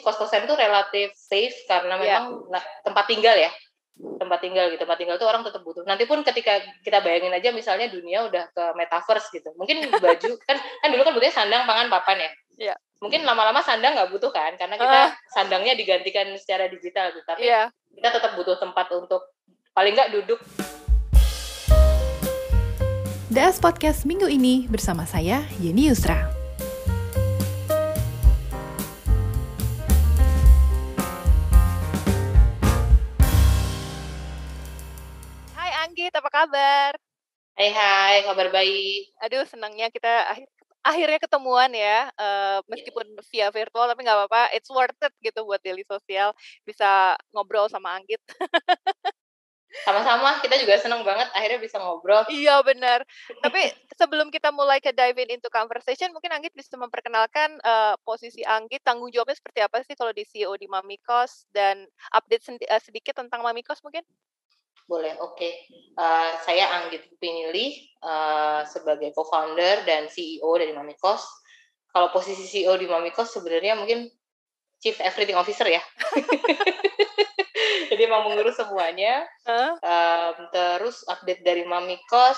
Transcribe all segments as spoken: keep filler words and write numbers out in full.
kos-kosan itu relatif safe karena Iya. memang nah, tempat tinggal ya. Tempat tinggal gitu. Tempat tinggal itu orang tetap butuh. Nanti pun ketika kita bayangin aja misalnya dunia udah ke metaverse gitu. Mungkin baju kan kan dulu kan butuhnya sandang, pangan, papan ya. Iya. Mungkin lama-lama sandang nggak butuh kan karena kita Ah. sandangnya digantikan secara digital gitu. Tapi Iya. kita tetap butuh tempat untuk paling nggak duduk. D A S Podcast minggu ini bersama saya, Yeni Yusra. Hai Anggit, apa kabar? Hai hai, kabar baik. Aduh, senangnya kita akhir, akhirnya ketemuan ya, uh, meskipun via virtual tapi nggak apa-apa, it's worth it gitu buat daily sosial, bisa ngobrol sama Anggit. Sama-sama, kita juga senang banget akhirnya bisa ngobrol. Iya benar. Tapi sebelum kita mulai ke dive in into conversation, mungkin Anggit bisa memperkenalkan uh, posisi Anggit, tanggung jawabnya seperti apa sih kalau di C E O di Mamikos, dan update sendi- uh, sedikit tentang Mamikos mungkin? Boleh, oke. Okay. Uh, saya Anggit Pinilih uh, sebagai co-founder dan C E O dari Mamikos. Kalau posisi C E O di Mamikos sebenarnya mungkin Chief Everything Officer ya. Jadi emang mengurus semuanya. Huh? Um, terus update dari Mamikos,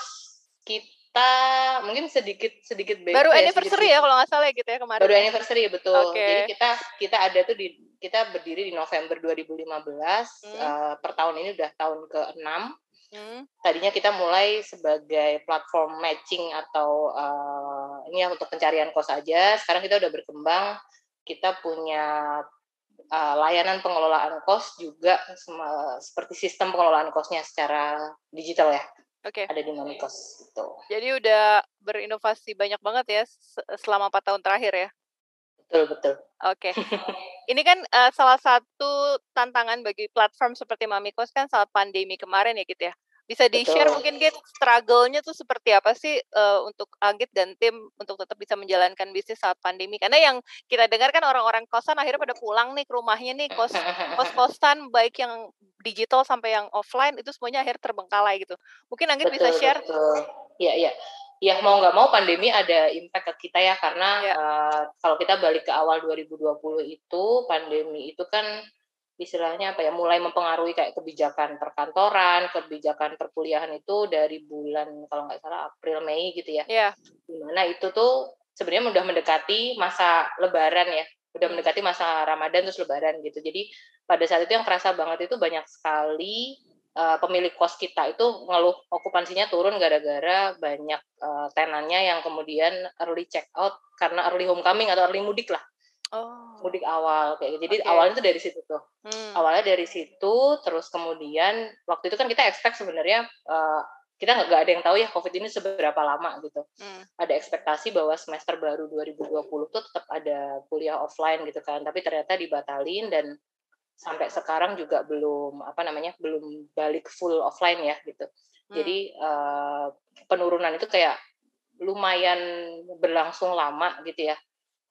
kita mungkin sedikit sedikit back baru ya, anniversary sedikit, ya kalau nggak salah ya gitu ya kemarin. Baru anniversary betul. Okay. Jadi kita kita ada tuh di kita berdiri di November dua ribu lima belas. Hmm. Uh, per tahun ini udah tahun keenam. Hmm. Tadinya kita mulai sebagai platform matching atau uh, ini ya untuk pencarian kos aja. Sekarang kita udah berkembang. Kita punya Uh, layanan pengelolaan kos juga sem- seperti sistem pengelolaan kosnya secara digital ya. Oke. Okay. Ada di Mamikos gitu. Jadi udah berinovasi banyak banget ya selama empat tahun terakhir ya. Betul betul. Oke. Okay. Ini kan uh, salah satu tantangan bagi platform seperti Mamikos kan saat pandemi kemarin ya gitu ya. Bisa di-share Betul. mungkin Git, struggle-nya tuh seperti apa sih uh, untuk Anggit dan tim untuk tetap bisa menjalankan bisnis saat pandemi? Karena yang kita dengar kan orang-orang kosan akhirnya pada pulang nih ke rumahnya nih, kos kos-kosan baik yang digital sampai yang offline itu semuanya akhirnya terbengkalai gitu. Mungkin Anggit betul, bisa share? Betul. Iya, iya. Ya mau nggak mau pandemi ada impact ke kita ya karena ya. Uh, kalau kita balik ke awal dua ribu dua puluh itu pandemi itu kan istilahnya apa ya mulai mempengaruhi kayak kebijakan perkantoran, kebijakan perkuliahan itu dari bulan kalau nggak salah April Mei gitu ya. Iya. Dimana itu tuh sebenarnya udah mendekati masa Lebaran ya, udah hmm. mendekati masa Ramadan terus Lebaran gitu. Jadi pada saat itu yang kerasa banget itu banyak sekali uh, pemilik kos kita itu ngeluh okupansinya turun gara-gara banyak uh, tenannya yang kemudian early check out karena early homecoming atau early mudik lah. Oh. Mudik awal kayak gitu. Jadi okay. awalnya tuh dari situ tuh. Hmm. Awalnya dari situ terus kemudian waktu itu kan kita expect sebenarnya uh, kita nggak ada yang tahu ya COVID ini seberapa lama gitu. Hmm. Ada ekspektasi bahwa semester baru dua ribu dua puluh tuh tetap ada kuliah offline gitu kan. Tapi ternyata dibatalin dan sampai sekarang juga belum apa namanya belum balik full offline ya gitu. Hmm. Jadi uh, penurunan itu kayak lumayan berlangsung lama gitu ya.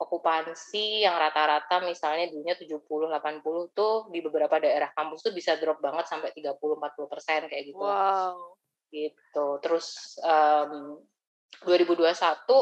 Okupansi yang rata-rata misalnya dulunya tujuh puluh delapan puluh tuh di beberapa daerah kampus tuh bisa drop banget sampai tiga puluh empat puluh persen kayak gitu. Wow. Gitu. Terus um, dua ribu dua puluh satu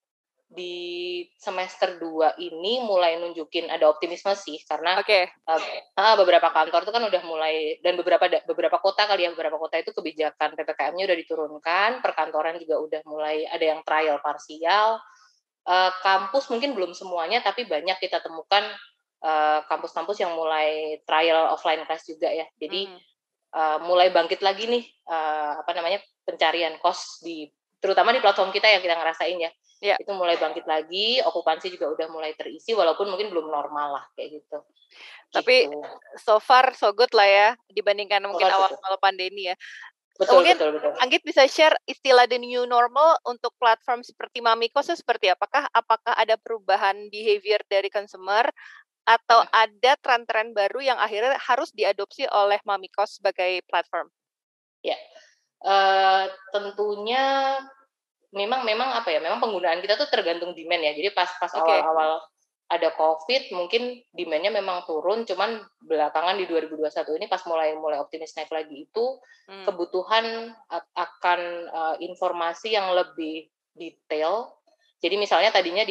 di semester dua ini mulai nunjukin ada optimisme sih karena okay. uh, uh, beberapa kantor tuh kan udah mulai dan beberapa beberapa kota kali ya beberapa kota itu kebijakan P P K M-nya udah diturunkan, perkantoran juga udah mulai ada yang trial parsial. Uh, kampus mungkin belum semuanya, tapi banyak kita temukan uh, kampus-kampus yang mulai trial offline class juga ya. Jadi mm. uh, mulai bangkit lagi nih uh, apa namanya pencarian kos di terutama di platform kita yang kita ngerasain ya. Yeah. Itu mulai bangkit lagi, okupansi juga udah mulai terisi, walaupun mungkin belum normal lah kayak gitu. Tapi gitu. So far so good lah ya dibandingkan mungkin awal-awal pandemi ya. Betul, Mungkin betul, betul. Anggit bisa share istilah the new normal untuk platform seperti Mamikos seperti apakah? Apakah ada perubahan behavior dari consumer atau hmm. ada tren-tren baru yang akhirnya harus diadopsi oleh Mamikos sebagai platform? Ya, uh, tentunya memang memang apa ya? Memang penggunaan kita tuh tergantung demand ya. Jadi pas pas okay. awal-awal ada COVID mungkin demand-nya memang turun, cuman belakangan di dua ribu dua puluh satu ini pas mulai mulai optimis naik lagi itu hmm. kebutuhan akan uh, informasi yang lebih detail. Jadi misalnya tadinya dia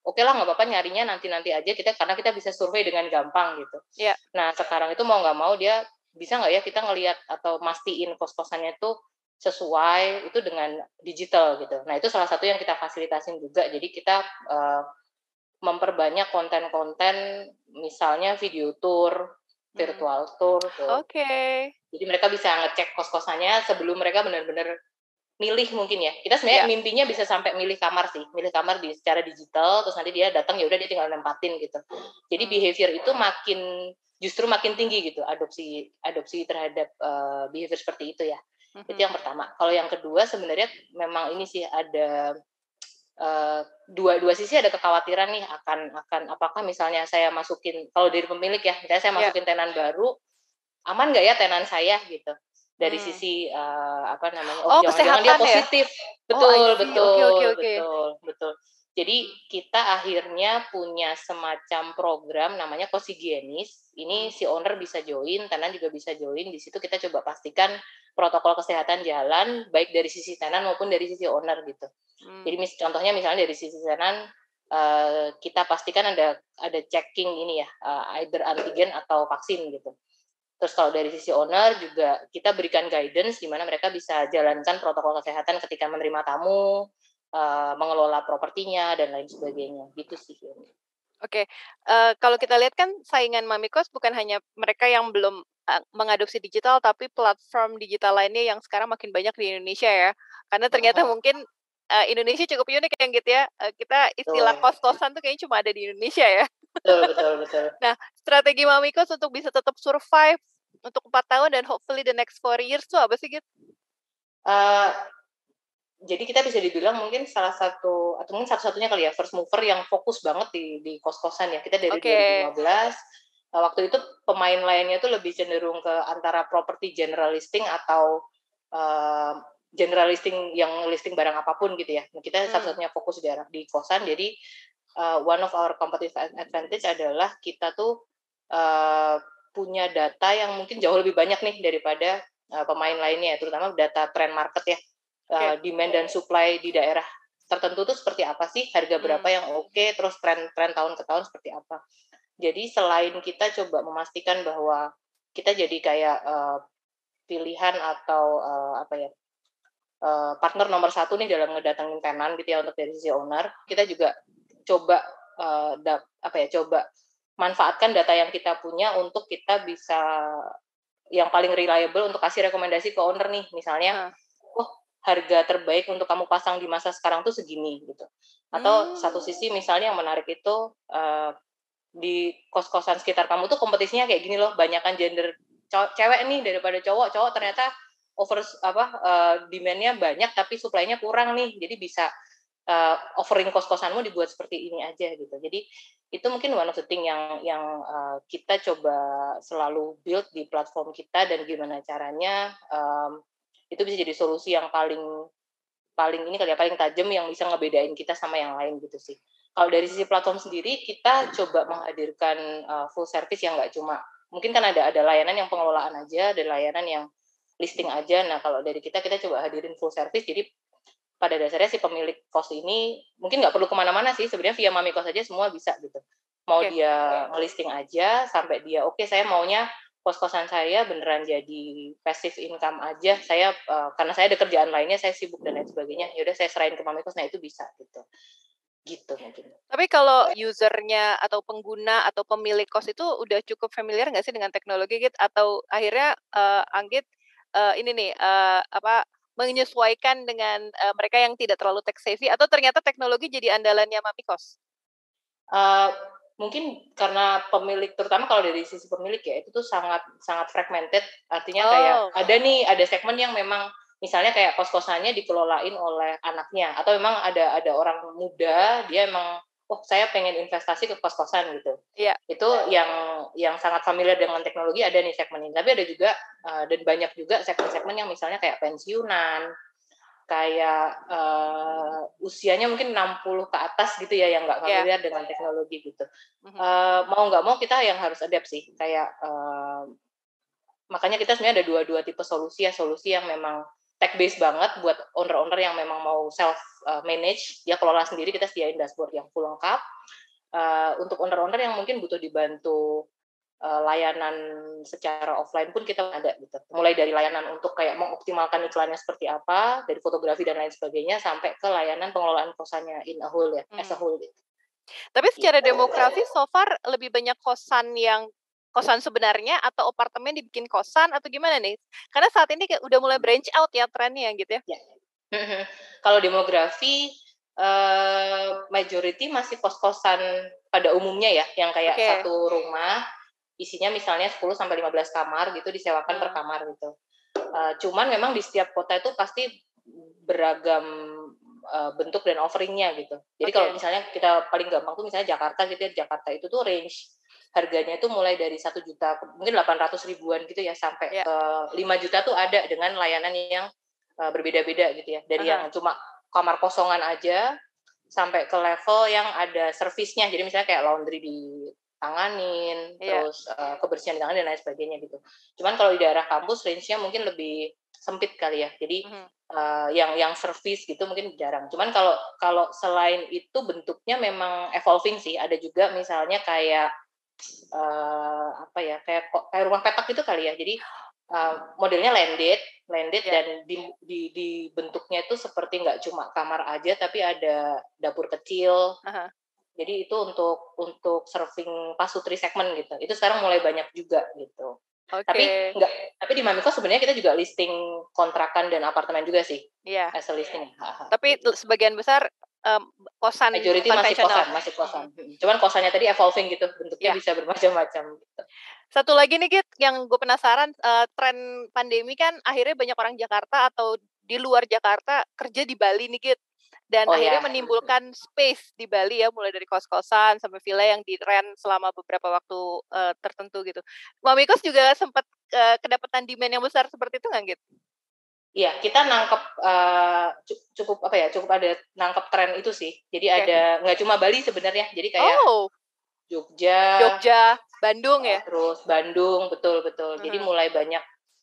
oke lah nggak apa-apa nyarinya nanti-nanti aja kita karena kita bisa survei dengan gampang gitu. Yeah. Nah sekarang itu mau nggak mau dia bisa nggak ya kita ngelihat atau mastiin kos-kosannya itu sesuai itu dengan digital gitu. Nah itu salah satu yang kita fasilitasin juga. Jadi kita uh, memperbanyak konten-konten misalnya video tour, virtual tour. Oke. Okay. Jadi mereka bisa ngecek kos-kosannya sebelum mereka benar-benar milih mungkin ya. Kita sebenarnya yeah. mimpinya bisa sampai milih kamar sih, milih kamar di secara digital, terus nanti dia datang ya udah dia tinggal nempatin gitu. Jadi hmm. behavior itu makin justru makin tinggi gitu, adopsi adopsi terhadap uh, behavior seperti itu ya. Hmm. Itu yang pertama. Kalau yang kedua sebenarnya memang ini sih ada uh, dua dua sisi ada kekhawatiran nih akan akan apakah misalnya saya masukin kalau dari pemilik ya, misalnya saya masukin yeah. tenan baru, aman nggak ya tenan saya gitu. Dari hmm. sisi uh, apa namanya oh, oh jangan-jangan dia positif ya? betul oh, betul okay, okay, okay. betul betul jadi kita akhirnya punya semacam program namanya kos higienis ini si owner bisa join tenan juga bisa join di situ kita coba pastikan protokol kesehatan jalan baik dari sisi tenan maupun dari sisi owner gitu hmm. jadi mis- contohnya misalnya dari sisi tenan uh, kita pastikan ada ada checking ini ya uh, either antigen atau vaksin gitu. Terus kalau dari sisi owner juga kita berikan guidance di mana mereka bisa jalankan protokol kesehatan ketika menerima tamu, uh, mengelola propertinya dan lain sebagainya. Gitu sih. Oke, okay. uh, kalau kita lihat kan saingan Mamikos bukan hanya mereka yang belum uh, mengadopsi digital, tapi platform digital lainnya yang sekarang makin banyak di Indonesia ya. Karena ternyata uh-huh. mungkin uh, Indonesia cukup unik yang gitu ya. Uh, kita istilah betul. Kos-kosan tuh kayaknya cuma ada di Indonesia ya. Betul, betul, betul. Nah, strategi Mamikos untuk bisa tetap survive untuk empat tahun dan hopefully the next four years tuh apa sih gitu? Uh, jadi kita bisa dibilang mungkin salah satu atau mungkin satu-satunya kali ya first mover yang fokus banget di di kos-kosan ya. Kita dari okay. dua ribu lima belas uh, waktu itu pemain lainnya tuh lebih cenderung ke antara property general listing atau uh, general listing yang listing barang apapun gitu ya. Nah, kita hmm. satu-satunya fokus di di kosan. Jadi uh, one of our competitive advantage adalah kita tuh uh, punya data yang mungkin jauh lebih banyak nih daripada uh, pemain lainnya, terutama data trend market ya, uh, okay. demand dan supply di daerah tertentu tuh seperti apa sih, harga berapa hmm. yang oke, okay, terus tren-tren tahun ke tahun seperti apa. Jadi selain kita coba memastikan bahwa kita jadi kayak uh, pilihan atau uh, apa ya uh, partner nomor satu nih dalam ngedatengin tenan gitu ya untuk dari sisi owner, kita juga coba uh, da- apa ya coba manfaatkan data yang kita punya untuk kita bisa yang paling reliable untuk kasih rekomendasi ke owner nih misalnya hmm. oh harga terbaik untuk kamu pasang di masa sekarang tuh segini gitu atau hmm. satu sisi misalnya yang menarik itu uh, di kos-kosan sekitar kamu tuh kompetisinya kayak gini loh banyakan gender cow- cewek nih daripada cowok cowok ternyata over apa uh, demand-nya banyak tapi supply-nya kurang nih jadi bisa uh, offering kos-kosanmu dibuat seperti ini aja gitu jadi itu mungkin one of the thing yang yang uh, kita coba selalu build di platform kita dan gimana caranya um, itu bisa jadi solusi yang paling paling ini kali ya paling tajam yang bisa ngebedain kita sama yang lain gitu sih. Kalau dari sisi platform sendiri kita coba menghadirkan uh, full service yang nggak cuma mungkin kan ada ada layanan yang pengelolaan aja, ada layanan yang listing aja. Nah kalau dari kita kita coba hadirin full service jadi pada dasarnya si pemilik kos ini mungkin nggak perlu kemana-mana sih sebenarnya via Mamikos aja semua bisa gitu mau okay. dia ngelisting aja sampai dia oke okay, saya maunya kos-kosan saya beneran jadi passive income aja saya uh, karena saya ada kerjaan lainnya saya sibuk dan lain sebagainya yaudah saya serahin ke Mamikos nah itu bisa gitu gitu mungkin. Tapi kalau usernya atau pengguna atau pemilik kos itu udah cukup familiar nggak sih dengan teknologi gitu atau akhirnya uh, Anggit uh, ini nih uh, apa menyesuaikan dengan uh, mereka yang tidak terlalu tech savvy atau ternyata teknologi jadi andalannya Mamikos? Uh, mungkin karena pemilik terutama kalau dari sisi pemilik ya itu tuh sangat sangat fragmented artinya oh. kayak ada nih ada segmen yang memang misalnya kayak kos-kosannya dikelolain oleh anaknya atau memang ada ada orang muda dia emang oh saya pengen investasi ke kos-kosan gitu. Iya. Itu yang yang sangat familiar dengan teknologi ada nih segmen ini. Tapi ada juga uh, dan banyak juga segmen-segmen yang misalnya kayak pensiunan, kayak uh, usianya mungkin enam puluh ke atas gitu ya yang nggak familiar yeah. dengan teknologi gitu. Mm-hmm. Uh, mau nggak mau kita yang harus adapt sih. Kayak uh, makanya kita sebenarnya ada dua-dua tipe solusi ya, solusi yang memang tech based banget buat owner-owner yang memang mau self uh, manage, dia kelola sendiri, kita sediain dashboard yang full lengkap. uh, untuk owner-owner yang mungkin butuh dibantu uh, layanan secara offline pun kita ada gitu. Mulai dari layanan untuk kayak mengoptimalkan iklannya seperti apa, dari fotografi dan lain sebagainya, sampai ke layanan pengelolaan kosannya in a whole ya, hmm. as a whole gitu. Tapi secara gitu. Demografi so far lebih banyak kosan yang kosan sebenarnya atau apartemen dibikin kosan atau gimana nih? Karena saat ini kayak udah mulai branch out ya trennya gitu ya. ya. Kalau demografi uh, majority masih kos-kosan pada umumnya ya, yang kayak okay. satu rumah isinya misalnya sepuluh sampai lima belas kamar gitu disewakan hmm. per kamar gitu. Uh, cuman memang di setiap kota itu pasti beragam uh, bentuk dan offeringnya gitu. Jadi okay. kalau misalnya kita paling gampang tuh misalnya Jakarta gitu ya, Jakarta itu tuh range harganya itu mulai dari satu juta mungkin delapan ratus ribuan gitu ya sampai yeah. ke lima juta tuh ada dengan layanan yang uh, berbeda-beda gitu ya. Dari uh-huh. yang cuma kamar kosongan aja sampai ke level yang ada servisnya. Jadi misalnya kayak laundry ditanganin, yeah. terus uh, kebersihan ditanganin dan lain sebagainya gitu. Cuman kalau di daerah kampus range-nya mungkin lebih sempit kali ya. Jadi uh-huh. uh, yang yang servis gitu mungkin jarang. Cuman kalau kalau selain itu bentuknya memang evolving sih. Ada juga misalnya kayak Uh, apa ya kayak kayak rumah petak gitu kali ya. Jadi uh, modelnya landed, landed yeah. dan di, di, di bentuknya itu seperti nggak cuma kamar aja, tapi ada dapur kecil. Uh-huh. Jadi itu untuk untuk serving pasutri segmen gitu. Itu sekarang mulai banyak juga gitu. Okay. Tapi nggak, tapi di Mamiko sebenarnya kita juga listing kontrakan dan apartemen juga sih. Iya. Yeah. As a listing. Tapi sebagian besar um, kosan majority masih kosan, masih kosan. Hmm. Cuman kosannya tadi evolving gitu, bentuknya yeah. bisa bermacam-macam gitu. Satu lagi nih Git, yang gue penasaran, uh, tren pandemi kan akhirnya banyak orang Jakarta atau di luar Jakarta kerja di Bali nih Git. Dan oh, akhirnya ya. menimbulkan space di Bali ya, mulai dari kos-kosan sampai villa yang di-rent selama beberapa waktu uh, tertentu gitu. Mamikos juga sempat uh, kedapatan demand yang besar seperti itu nggak Git? Iya, kita nangkep uh, cukup apa ya, cukup ada nangkep tren itu sih. Jadi okay. ada nggak cuma Bali sebenarnya, jadi kayak oh. Jogja, Jogja, Bandung uh, ya. Terus Bandung, betul betul. Uh-huh. Jadi mulai banyak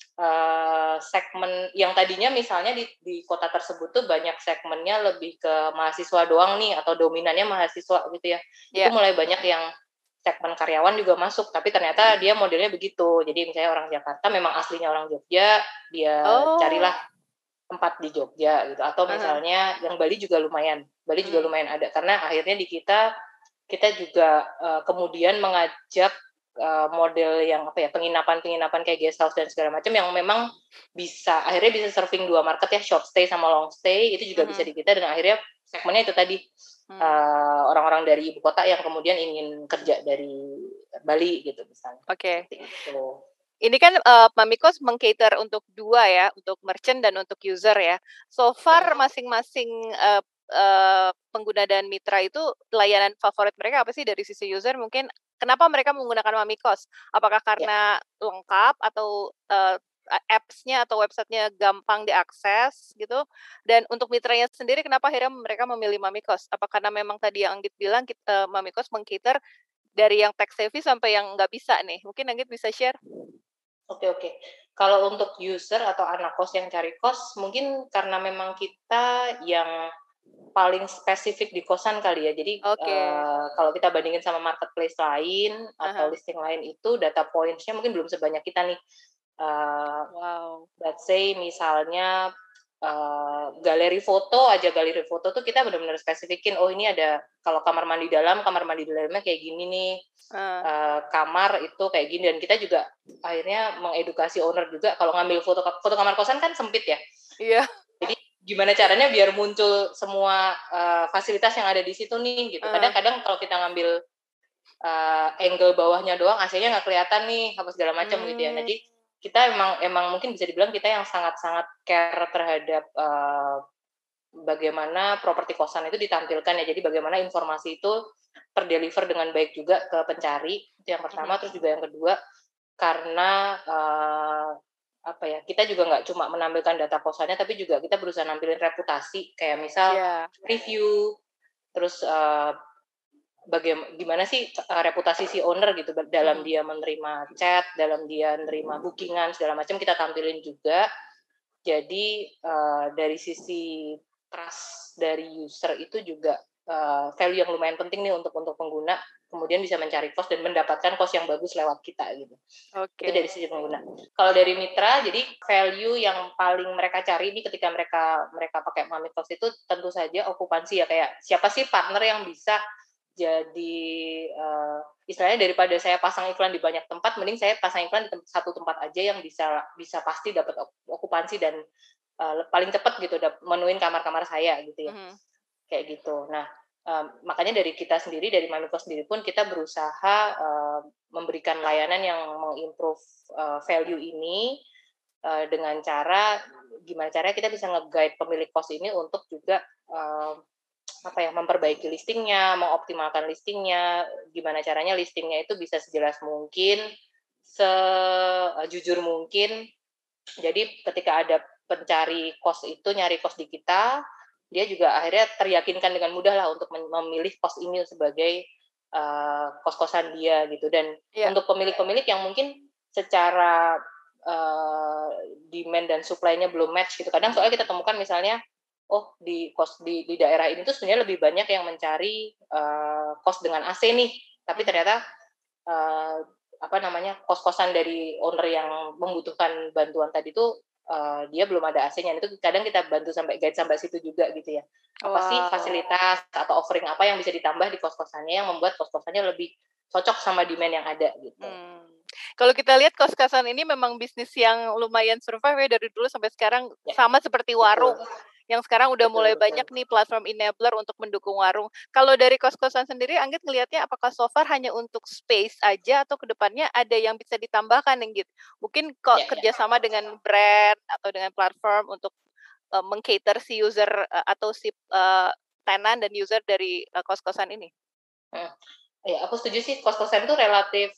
uh, segmen yang tadinya misalnya di di kota tersebut tuh banyak segmennya lebih ke mahasiswa doang nih atau dominannya mahasiswa gitu ya. Yeah. Itu mulai banyak yang segmen karyawan juga masuk, tapi ternyata dia modelnya begitu. Jadi misalnya orang Jakarta memang aslinya orang Jogja, dia oh. carilah tempat di Jogja gitu. Atau misalnya uh-huh. yang Bali juga lumayan, Bali hmm. juga lumayan ada. Karena akhirnya di kita kita juga uh, kemudian mengajak uh, model yang apa ya penginapan-penginapan kayak guest house dan segala macam yang memang bisa akhirnya bisa serving dua market ya, short stay sama long stay itu juga uh-huh. bisa di kita, dan akhirnya segmennya itu tadi. Hmm. Uh, orang-orang dari ibu kota yang kemudian ingin kerja dari Bali gitu misalnya. Oke. Okay. Gitu. Ini kan uh, Mamikos meng-cater untuk dua ya, untuk merchant dan untuk user ya. So far masing-masing uh, uh, pengguna dan mitra itu layanan favorit mereka apa sih dari sisi user? Mungkin kenapa mereka menggunakan Mamikos? Apakah karena yeah. lengkap atau uh, apps-nya atau website-nya gampang diakses gitu, dan untuk mitranya sendiri kenapa akhirnya mereka memilih Mamikos? Apa karena memang tadi yang Anggit bilang kita, Mamikos meng-cater dari yang tech savvy sampai yang nggak bisa nih, mungkin Anggit bisa share? Oke oke, kalau untuk user atau anak kos yang cari kos mungkin karena memang kita yang paling spesifik di kosan kali ya, jadi okay. uh, kalau kita bandingin sama marketplace lain atau uh-huh. listing lain itu data points-nya mungkin belum sebanyak kita nih. Uh, wow. Let's say misalnya uh, galeri foto aja, galeri foto tuh kita benar-benar spesifikin, oh ini ada kalau kamar mandi dalam, kamar mandi dalamnya kayak gini nih, uh. Uh, kamar itu kayak gini, dan kita juga akhirnya mengedukasi owner juga kalau ngambil foto foto kamar kosan kan sempit ya, iya. Yeah. Jadi gimana caranya biar muncul semua uh, fasilitas yang ada di situ nih gitu. Uh. Kadang-kadang kalau kita ngambil uh, angle bawahnya doang, A C-nya nggak kelihatan nih, apa segala macam hmm. gitu ya. Jadi kita emang emang mungkin bisa dibilang kita yang sangat-sangat care terhadap uh, bagaimana properti kosan itu ditampilkan ya. Jadi bagaimana informasi itu terdeliver dengan baik juga ke pencari, itu yang pertama. Terus juga yang kedua karena uh, apa ya, kita juga nggak cuma menampilkan data kosannya, tapi juga kita berusaha nampilin reputasi kayak misal yeah. review, terus uh, bagaimana gimana sih uh, reputasi si owner gitu dalam hmm. dia menerima chat, dalam dia menerima bookingan segala macam kita tampilin juga. Jadi uh, dari sisi trust dari user itu juga uh, value yang lumayan penting nih untuk untuk pengguna, kemudian bisa mencari cost dan mendapatkan cost yang bagus lewat kita gitu. Oke. Itu dari sisi pengguna. Kalau dari mitra, jadi value yang paling mereka cari ini ketika mereka mereka pakai Mamikos itu tentu saja okupansi ya, kayak siapa sih partner yang bisa jadi uh, istilahnya daripada saya pasang iklan di banyak tempat, mending saya pasang iklan di tem- satu tempat aja yang bisa bisa pasti dapat okupansi dan uh, paling cepat gitu menuin kamar-kamar saya gitu ya. Mm-hmm. Kayak gitu. Nah, Um, makanya dari kita sendiri, dari Mamikos sendiri pun kita berusaha uh, memberikan layanan yang mengimprove uh, value ini uh, dengan cara gimana caranya kita bisa nge-guide pemilik kos ini untuk juga uh, apa ya memperbaiki listingnya, mengoptimalkan listingnya, gimana caranya listingnya itu bisa sejelas mungkin, sejujur mungkin. Jadi ketika ada pencari kos itu nyari kos di kita, dia juga akhirnya teryakinkan dengan mudah lah untuk memilih kos ini sebagai uh, kos-kosan dia gitu. Dan yeah. untuk pemilik-pemilik yang mungkin secara uh, demand dan supply-nya belum match gitu. Kadang soalnya kita temukan misalnya, oh di kos di, di daerah ini tuh sebenarnya lebih banyak yang mencari uh, kos dengan A C nih, tapi ternyata uh, apa namanya kos-kosan dari owner yang membutuhkan bantuan tadi tuh Uh, dia belum ada A C-nya. Itu kadang kita bantu sampai guide sampai situ juga gitu ya. Apa wow. sih fasilitas atau offering apa yang bisa ditambah di kos-kosannya yang membuat kos-kosannya lebih cocok sama demand yang ada gitu. Hmm. Kalau kita lihat kos-kosan ini memang bisnis yang lumayan survive ya dari dulu sampai sekarang, ya. Sama seperti warung. Betul. Yang sekarang udah betul, mulai betul. banyak nih platform enabler untuk mendukung warung. Kalau dari kos-kosan sendiri, Anggit ngelihatnya apakah so far hanya untuk space aja atau kedepannya ada yang bisa ditambahkan, Anggit? Mungkin kok ya, kerjasama ya. dengan brand atau dengan platform untuk uh, meng-cater si user uh, atau si uh, tenant dan user dari uh, kos-kosan ini? Hmm. Ya, aku setuju sih kos-kosan itu relatif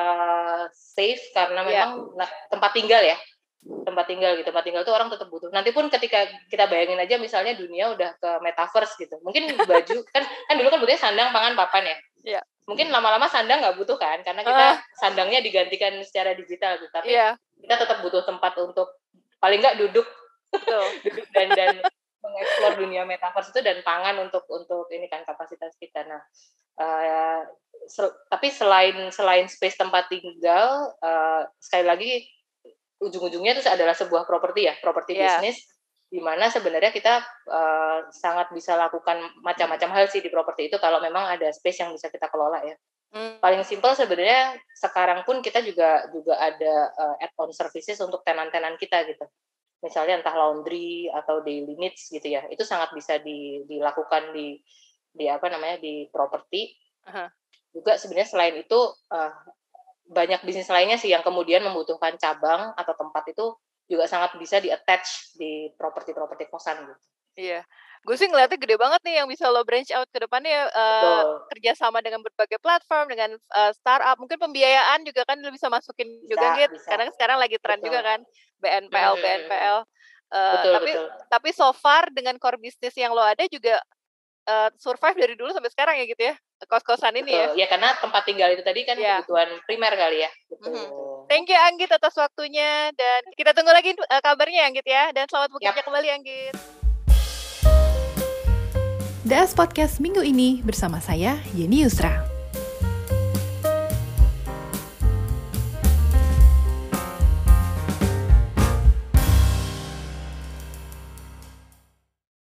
uh, safe karena memang ya. tempat tinggal ya. tempat tinggal gitu, tempat tinggal itu orang tetap butuh. Nanti pun ketika kita bayangin aja misalnya dunia udah ke metaverse gitu, mungkin baju kan kan dulu kan butuhnya sandang, pangan, papan ya. Yeah. Mungkin lama-lama sandang nggak butuh kan, karena kita uh. sandangnya digantikan secara digital gitu. Tapi yeah. kita tetap butuh tempat untuk paling nggak duduk, duduk dan dan mengeksplor dunia metaverse itu dan pangan untuk untuk ini kan kapasitas kita. Nah, uh, se- tapi selain selain space tempat tinggal, uh, sekali lagi ujung-ujungnya itu adalah sebuah properti ya, properti yeah. bisnis, di mana sebenarnya kita uh, sangat bisa lakukan macam-macam hal sih di properti itu kalau memang ada space yang bisa kita kelola ya. Mm. Paling simpel sebenarnya sekarang pun kita juga juga ada uh, add-on services untuk tenan-tenan kita gitu. Misalnya entah laundry atau daily needs gitu ya, itu sangat bisa di, dilakukan di di apa namanya di properti. Uh-huh. Juga sebenarnya selain itu uh, banyak bisnis lainnya sih yang kemudian membutuhkan cabang atau tempat itu juga sangat bisa di-attach di properti-properti kosan gitu. Iya, gue sih ngeliatnya gede banget nih yang bisa lo branch out ke depannya uh, kerjasama dengan berbagai platform, dengan uh, startup, mungkin pembiayaan juga kan lo bisa masukin bisa, juga gitu, karena sekarang lagi tren betul. juga kan, B N P L, hmm. B N P L. Uh, betul, tapi betul. tapi so far dengan core bisnis yang lo ada juga uh, survive dari dulu sampai sekarang ya gitu ya. Kos-kosan ini betul. ya. Ya karena tempat tinggal itu tadi kan yeah. kebutuhan primer kali ya. Betul. Mm-hmm. Thank you Anggit atas waktunya dan kita tunggu lagi uh, kabarnya ya Anggit ya, dan selamat bekerja yep. kembali Anggit. D A S Podcast minggu ini bersama saya Yeni Yusra.